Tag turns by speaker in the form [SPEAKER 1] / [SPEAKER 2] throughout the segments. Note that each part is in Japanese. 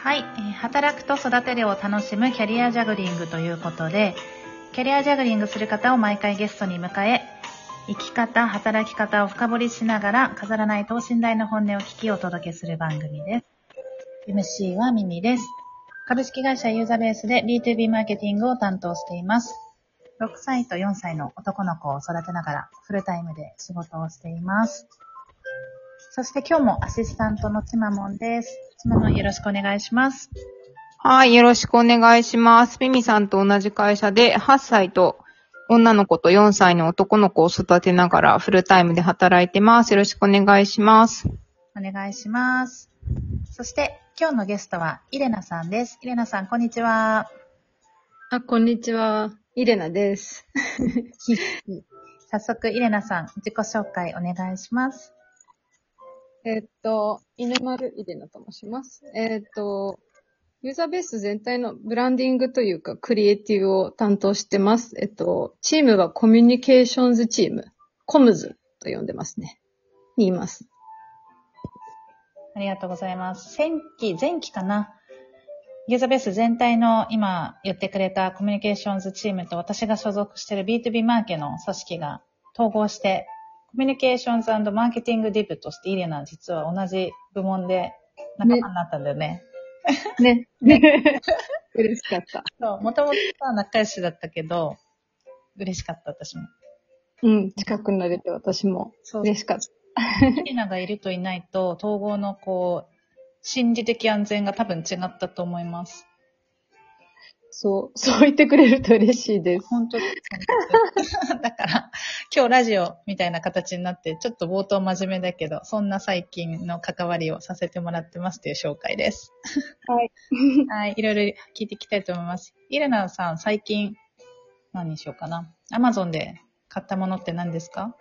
[SPEAKER 1] はい、働くと育てるを楽しむキャリアジャグリングということで、キャリアジャグリングする方を毎回ゲストに迎え、生き方、働き方を深掘りしながら飾らない等身大の本音を聞きお届けする番組です。MC はミミです。株式会社ユーザベースで B2B マーケティングを担当しています。6歳と4歳の男の子を育てながらフルタイムで仕事をしています。そして今日もアシスタントのちまもんです。ちまもんよろしくお願いします。
[SPEAKER 2] はい、よろしくお願いします。ミミさんと同じ会社で8歳と女の子と4歳の男の子を育てながらフルタイムで働いてます。よろしくお願いします。
[SPEAKER 1] お願いします。そして今日のゲストはイレナさんです。イレナさん、こんにちは。
[SPEAKER 3] こんにちは。イレナです。
[SPEAKER 1] 早速、イレナさん、自己紹介お願いします。
[SPEAKER 3] 犬丸イレナと申します。ユーザーベース全体のブランディングというか、クリエイティブを担当してます。チームはコミュニケーションズチーム、コムズと呼んでますね。にいます。
[SPEAKER 1] ありがとうございます。前期かな。ユーザーベース全体の今言ってくれたコミュニケーションズチームと私が所属している B2B マーケの組織が統合して、コミュニケーションズ&マーケティングディブとしてイレナ実は同じ部門で仲間になったんだよね。
[SPEAKER 3] ね。嬉しかった。
[SPEAKER 1] そう、もともとは仲良しだったけど、嬉しかった、私も。
[SPEAKER 3] 近くなれて私も嬉しかった。
[SPEAKER 1] イレナがいるといないと、統合の心理的安全が多分違ったと思います。
[SPEAKER 3] そう言ってくれると嬉しいです。
[SPEAKER 1] 本当です。だから、今日ラジオみたいな形になって、ちょっと冒頭真面目だけど、そんな最近の関わりをさせてもらってますという紹介です。
[SPEAKER 3] はい。
[SPEAKER 1] はい、いろいろ聞いていきたいと思います。イレナさん、最近、何にしようかな。Amazon で買ったものって何ですか？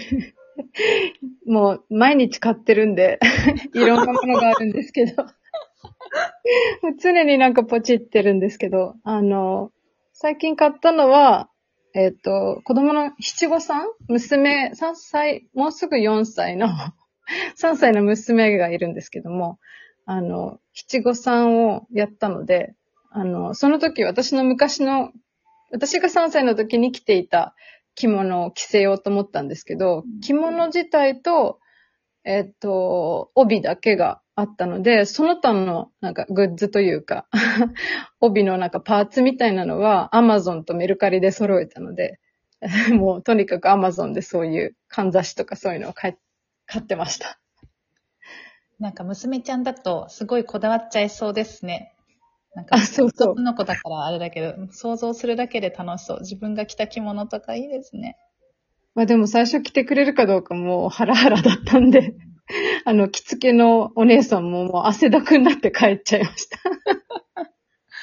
[SPEAKER 3] もう、毎日買ってるんで、いろんなものがあるんですけど。常になんかポチってるんですけど、最近買ったのは、子供の七五三娘、3歳、もうすぐ4歳の、3歳の娘がいるんですけども、七五三をやったので、その時私が3歳の時に着ていた着物を着せようと思ったんですけど、着物自体と、帯だけがあったので、その他のなんかグッズというか、帯のなんかパーツみたいなのは Amazon とメルカリで揃えたので、もうとにかく Amazon でそういうかんざしとかそういうのを買ってました。
[SPEAKER 1] なんか娘ちゃんだとすごいこだわっちゃいそうですね。なんか
[SPEAKER 3] そう。
[SPEAKER 1] 男の子だからあれだけど、想像するだけで楽しそう。自分が着た着物とかいいですね。
[SPEAKER 3] まあでも最初着てくれるかどうかもうハラハラだったんで、着付けのお姉さんももう汗だくになって帰っちゃいました。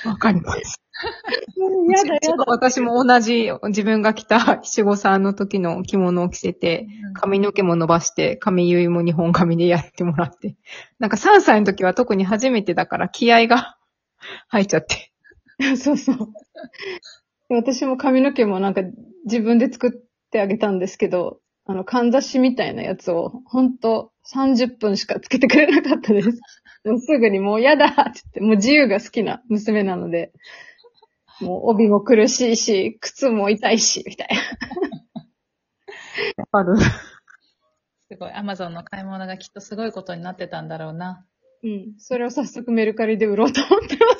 [SPEAKER 2] わかります。
[SPEAKER 3] やだ。
[SPEAKER 2] 私も同じ自分が着た七五三の時の着物を着せて、髪の毛も伸ばして、髪結いも日本髪でやってもらって。なんか3歳の時は特に初めてだから気合が入っちゃって。
[SPEAKER 3] そう。私も髪の毛もなんか自分で作ってあげたんですけど、かんざしみたいなやつを、ほんと30分しかつけてくれなかったです。もうすぐにもうやだって言って、もう自由が好きな娘なので、もう帯も苦しいし、靴も痛いし、みたいな。
[SPEAKER 2] わかる。
[SPEAKER 1] すごい。Amazon の買い物がきっとすごいことになってたんだろうな。
[SPEAKER 3] それを早速メルカリで売ろうと思ってます。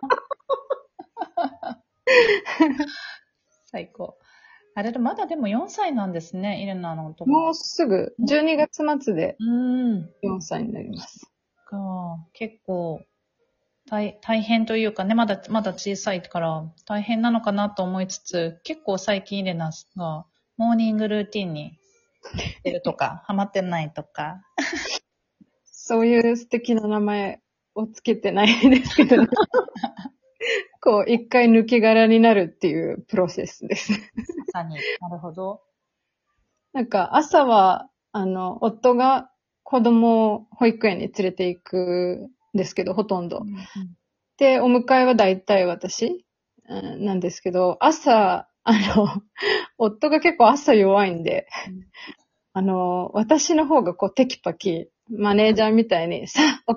[SPEAKER 1] 最高。あれ、まだでも4歳なんですね、イレナのとこ。
[SPEAKER 3] もうすぐ、12月末で4歳になります。
[SPEAKER 1] 結構大変というかね、まだ小さいから大変なのかなと思いつつ、結構最近イレナがモーニングルーティンにしてるとか、ハマってないとか。
[SPEAKER 3] そういう素敵な名前をつけてないですけど、ね、一回抜け殻になるっていうプロセスです。
[SPEAKER 1] まさに。なるほど。
[SPEAKER 3] なんか朝は、夫が子供を保育園に連れて行くんですけど、ほとんど。で、お迎えは大体私、なんですけど、朝、夫が結構朝弱いんで、私の方がテキパキ、マネージャーみたいに、さあ、起きるよ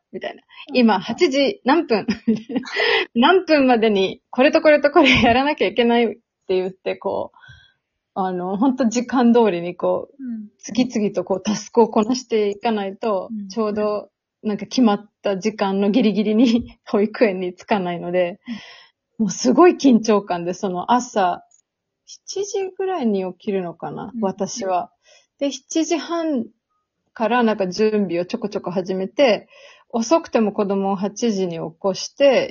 [SPEAKER 3] みたいな。今、8時何分何分までに、これとこれとこれやらなきゃいけないって言って、こう、ほんと時間通りにこう、次々とこうタスクをこなしていかないと、ちょうどなんか決まった時間のギリギリに保育園に着かないので、もうすごい緊張感で、その朝7時ぐらいに起きるのかな、私は。で、7時半からなんか準備をちょこちょこ始めて、遅くても子供を8時に起こして、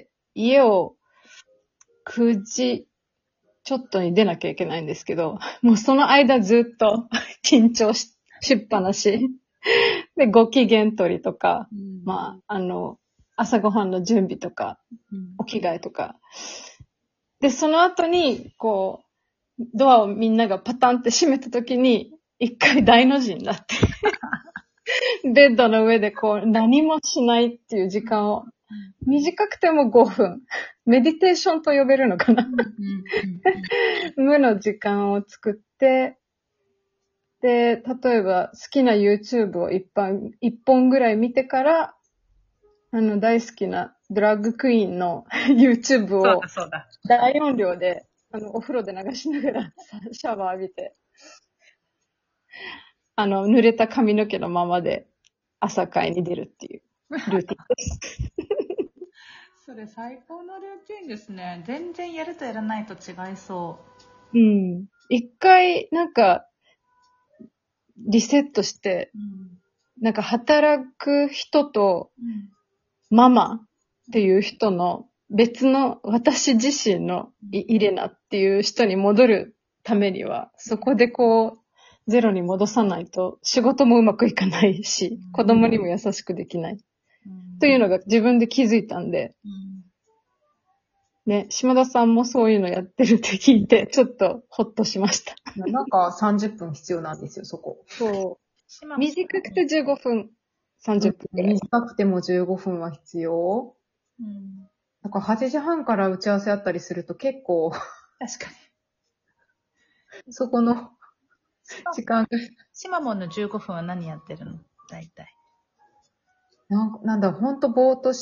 [SPEAKER 3] 家を9時ちょっとに出なきゃいけないんですけど、もうその間ずっと緊張しっぱなし。で、ご機嫌取りとか、まあ、朝ごはんの準備とか、お着替えとか。で、その後に、こう、ドアをみんながパタンって閉めた時に、一回大の字になって、ベッドの上でこう、何もしないっていう時間を、短くても5分。メディテーションと呼べるのかな無の時間を作って、で、例えば好きな YouTube を一本ぐらい見てから、大好きなドラッグクイーンの YouTube を大音量で、お風呂で流しながらシャワー浴びて、濡れた髪の毛のままで朝会に出るっていうルーティンです。
[SPEAKER 1] それ最高のルーティンですね。全然やるとやらないと違いそう。
[SPEAKER 3] 一回、なんか、リセットして、なんか働く人と、ママっていう人の別の私自身のイレナっていう人に戻るためには、そこでこう、ゼロに戻さないと仕事もうまくいかないし、子供にも優しくできない。というのが自分で気づいたんで、ね、島田さんもそういうのやってるって聞いて、ちょっとホッとしました。
[SPEAKER 2] なんか30分必要なんですよ、そこ。
[SPEAKER 3] そう。短くて15分、30分くらい。
[SPEAKER 2] 短くても15分は必要。なんか8時半から打ち合わせあったりすると結構、
[SPEAKER 1] 確か
[SPEAKER 2] に。そこの時間が。
[SPEAKER 1] シマモンの15分は何やってるの大体。
[SPEAKER 2] なんだ、ほんとぼーっとして、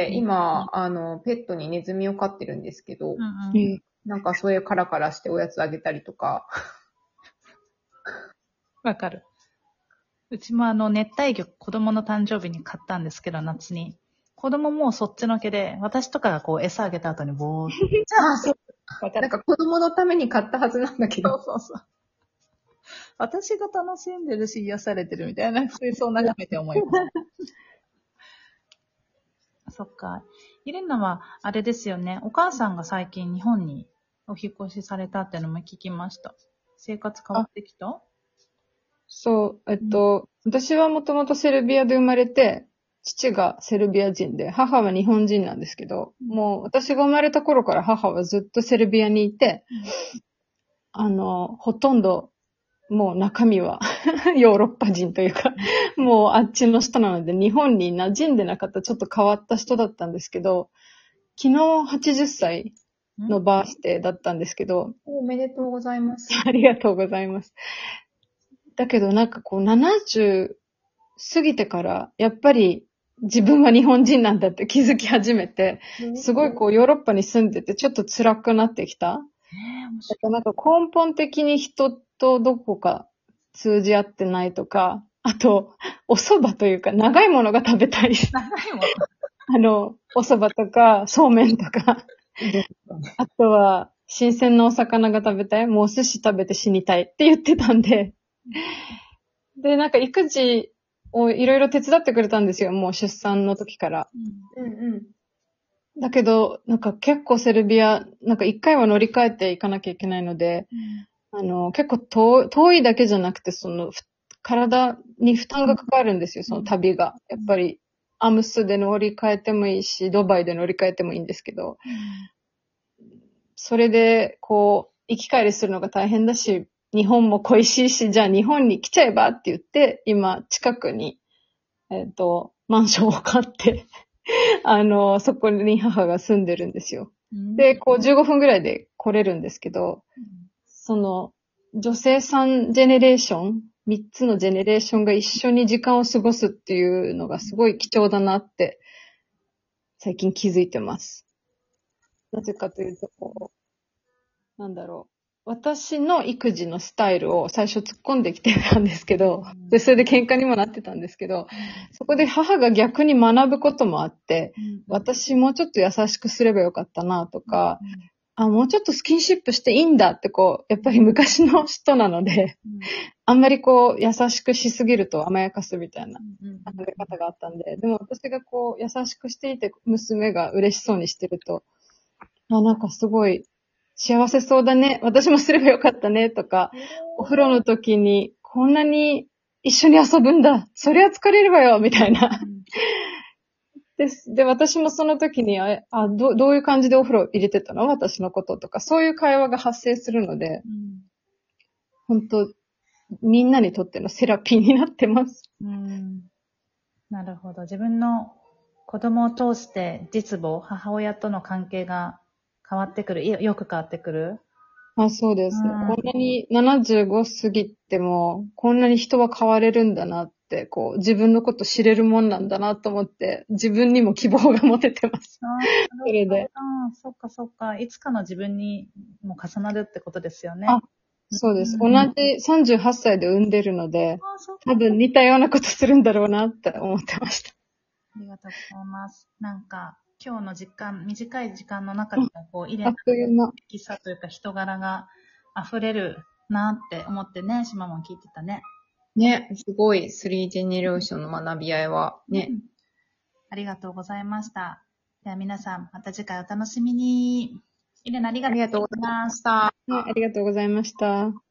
[SPEAKER 2] 今、ペットにネズミを飼ってるんですけど、なんかそういうカラカラしておやつあげたりとか。
[SPEAKER 1] わかる。うちも熱帯魚、子供の誕生日に買ったんですけど、夏に。子供もそっちのけで、私とかがこう餌あげた後にぼーっと。
[SPEAKER 2] そう。なんか子供のために買ったはずなんだけど。
[SPEAKER 1] そう。私が楽しんでるし癒されてるみたいな、そう眺めて思います。そっか。イレナは、あれですよね。お母さんが最近日本にお引っ越しされたってのも聞きました。生活変わってきた？
[SPEAKER 3] そう、私はもともとセルビアで生まれて、父がセルビア人で、母は日本人なんですけど、もう私が生まれた頃から母はずっとセルビアにいて、ほとんど、もう中身はヨーロッパ人というか、もうあっちの人なので日本に馴染んでなかったちょっと変わった人だったんですけど、昨日80歳のバースデーだったんですけど、
[SPEAKER 2] おめでとうございます。
[SPEAKER 3] ありがとうございます。だけどなんかこう70過ぎてからやっぱり自分は日本人なんだって気づき始めて、すごいこうヨーロッパに住んでてちょっと辛くなってきた。なんか根本的に人とどこか通じ合ってないとか、あと、お蕎麦というか、長いものが食べたい。
[SPEAKER 1] 長いもの
[SPEAKER 3] お蕎麦とか、そうめんとか、あとは、新鮮なお魚が食べたい。もうお寿司食べて死にたいって言ってたんで。で、なんか育児をいろいろ手伝ってくれたんですよ。もう出産の時から。だけど、なんか結構セルビア、なんか一回は乗り換えていかなきゃいけないので、結構遠いだけじゃなくて、体に負担がかかるんですよ、その旅が。やっぱり、アムスで乗り換えてもいいし、ドバイで乗り換えてもいいんですけど、それで、こう、行き帰りするのが大変だし、日本も恋しいし、じゃあ日本に来ちゃえばって言って、今、近くに、マンションを買ってそこに母が住んでるんですよ。で、こう15分ぐらいで来れるんですけど、その、女性3ジェネレーション、3つのジェネレーションが一緒に時間を過ごすっていうのがすごい貴重だなって最近気づいてます。なぜかというと、私の育児のスタイルを最初突っ込んできてたんですけど、で、それで喧嘩にもなってたんですけど、そこで母が逆に学ぶこともあって、私もうちょっと優しくすればよかったなとか、もうちょっとスキンシップしていいんだってやっぱり昔の人なので、あんまり優しくしすぎると甘やかすみたいな考え方があったんで、でも私が優しくしていて娘が嬉しそうにしてると、なんかすごい幸せそうだね、私もすればよかったねとか、お風呂の時にこんなに一緒に遊ぶんだ、そりゃ疲れるわよみたいな。で、私もその時に、どういう感じでお風呂入れてたの私のこととか、そういう会話が発生するので、本当みんなにとってのセラピーになってます。
[SPEAKER 1] なるほど。自分の子供を通して実母、母親との関係が変わってくる。よく変わってくる。
[SPEAKER 3] そうです。こんなに75過ぎても、こんなに人は変われるんだなって、自分のこと知れるもんなんだなと思って、自分にも希望が持ててます。それで。
[SPEAKER 1] そっかそっか。いつかの自分にも重なるってことですよね。
[SPEAKER 3] そうです。同じ38歳で産んでるので、多分似たようなことするんだろうなって思ってました。
[SPEAKER 1] ありがとうございます。なんか、今日の短い時間の中でも、イレナの生きさというか人柄が溢れるなって思ってね、しまもん聞いてたね。
[SPEAKER 2] ね、すごい、3ジェネレーションの学び合いは、ね。
[SPEAKER 1] ありがとうございました。では皆さん、また次回お楽しみに。イレナありがとうございました。
[SPEAKER 3] ありがとうございました。